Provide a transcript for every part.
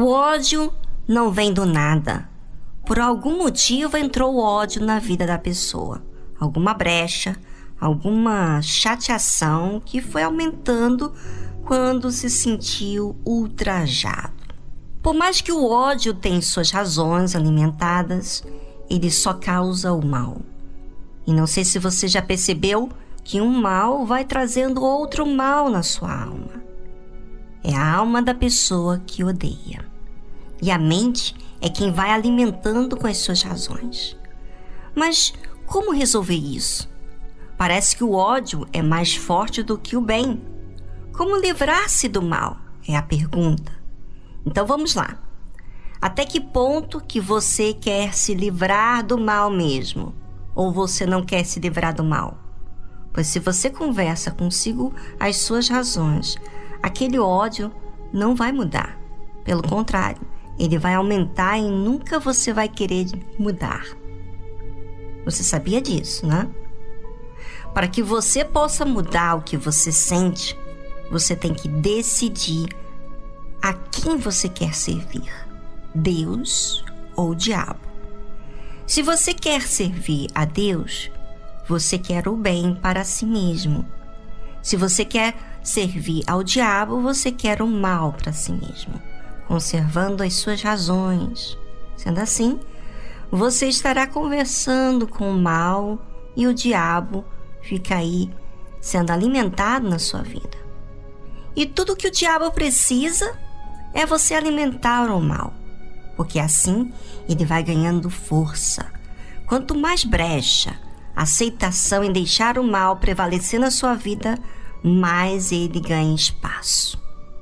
O ódio não vem do nada. Por algum motivo entrou o ódio na vida da pessoa. Alguma brecha, alguma chateação que foi aumentando quando se sentiu ultrajado. Por mais que o ódio tenha suas razões alimentadas, ele só causa o mal. E não sei se você já percebeu que um mal vai trazendo outro mal na sua alma. É a alma da pessoa que odeia. E a mente é quem vai alimentando com as suas razões. Mas como resolver isso? Parece que o ódio é mais forte do que o bem. Como livrar-se do mal? É a pergunta. Então vamos lá. Até que ponto que você quer se livrar do mal mesmo? Ou você não quer se livrar do mal? Pois se você conversa consigo as suas razões, aquele ódio não vai mudar. Pelo contrário, ele vai aumentar e nunca você vai querer mudar. Você sabia disso, né? Para que você possa mudar o que você sente, você tem que decidir a quem você quer servir, Deus ou o diabo. Se você quer servir a Deus, você quer o bem para si mesmo. Se você quer servir ao diabo, você quer o mal para si mesmo, conservando as suas razões. Sendo assim, você estará conversando com o mal e o diabo fica aí sendo alimentado na sua vida. E tudo que o diabo precisa é você alimentar o mal, porque assim ele vai ganhando força. Quanto mais brecha, aceitação em deixar o mal prevalecer na sua vida, mais ele ganha espaço.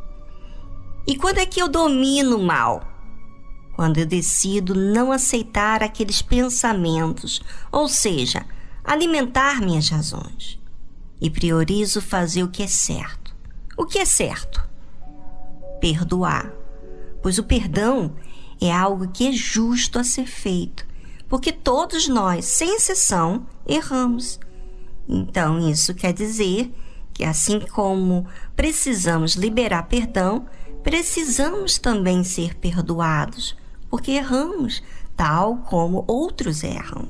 E quando é que eu domino o mal? Quando eu decido não aceitar aqueles pensamentos, ou seja, alimentar minhas razões, e priorizo fazer o que é certo. O que é certo? Perdoar, pois o perdão é algo que é justo a ser feito, porque todos nós, sem exceção, erramos. Então, isso quer dizer que assim como precisamos liberar perdão, precisamos também ser perdoados, porque erramos, tal como outros erram.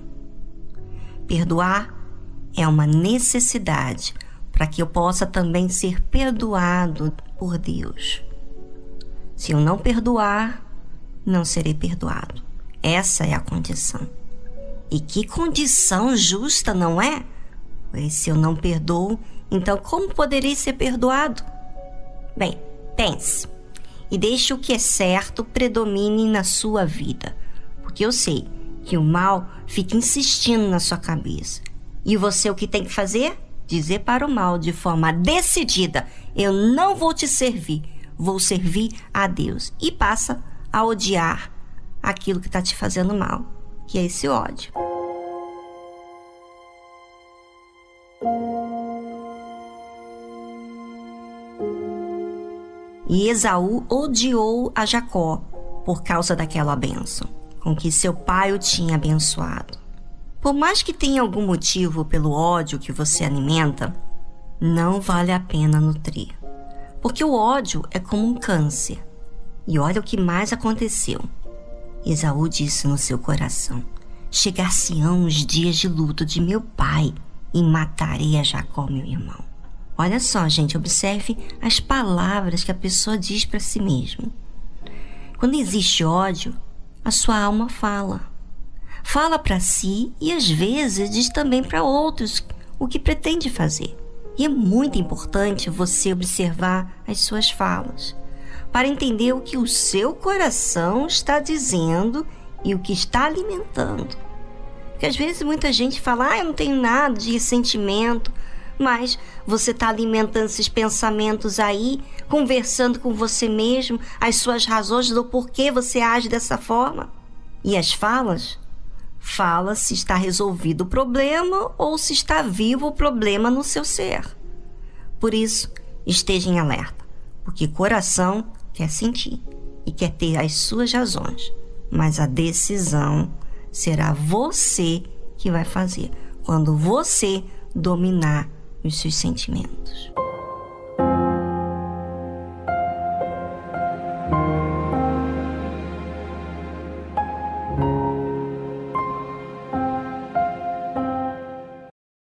Perdoar é uma necessidade para que eu possa também ser perdoado por Deus. Se eu não perdoar, não serei perdoado. Essa é a condição. E que condição justa, não é? Pois se eu não perdoo, então como poderei ser perdoado? Bem, pense e deixe o que é certo predomine na sua vida, porque eu sei que o mal fica insistindo na sua cabeça. E você o que tem que fazer? Dizer para o mal de forma decidida: eu não vou te servir, vou servir a Deus. E passa a odiar aquilo que está te fazendo mal, que é esse ódio. E Esaú odiou a Jacó por causa daquela bênção com que seu pai o tinha abençoado. Por mais que tenha algum motivo pelo ódio que você alimenta, não vale a pena nutrir. Porque o ódio é como um câncer. E olha o que mais aconteceu. Esaú disse no seu coração: chegar-se-ão os dias de luto de meu pai e matarei a Jacó, meu irmão. Olha só, gente, observe as palavras que a pessoa diz para si mesma. Quando existe ódio, a sua alma fala. Fala para si e às vezes diz também para outros o que pretende fazer. E é muito importante você observar as suas falas para entender o que o seu coração está dizendo e o que está alimentando. Porque às vezes muita gente fala: eu não tenho nada de ressentimento, mas você está alimentando esses pensamentos aí, conversando com você mesmo, as suas razões do porquê você age dessa forma. E as falas? Fala se está resolvido o problema ou se está vivo o problema no seu ser. Por isso, esteja em alerta, porque coração quer sentir e quer ter as suas razões, mas a decisão será você que vai fazer, quando você dominar os seus sentimentos.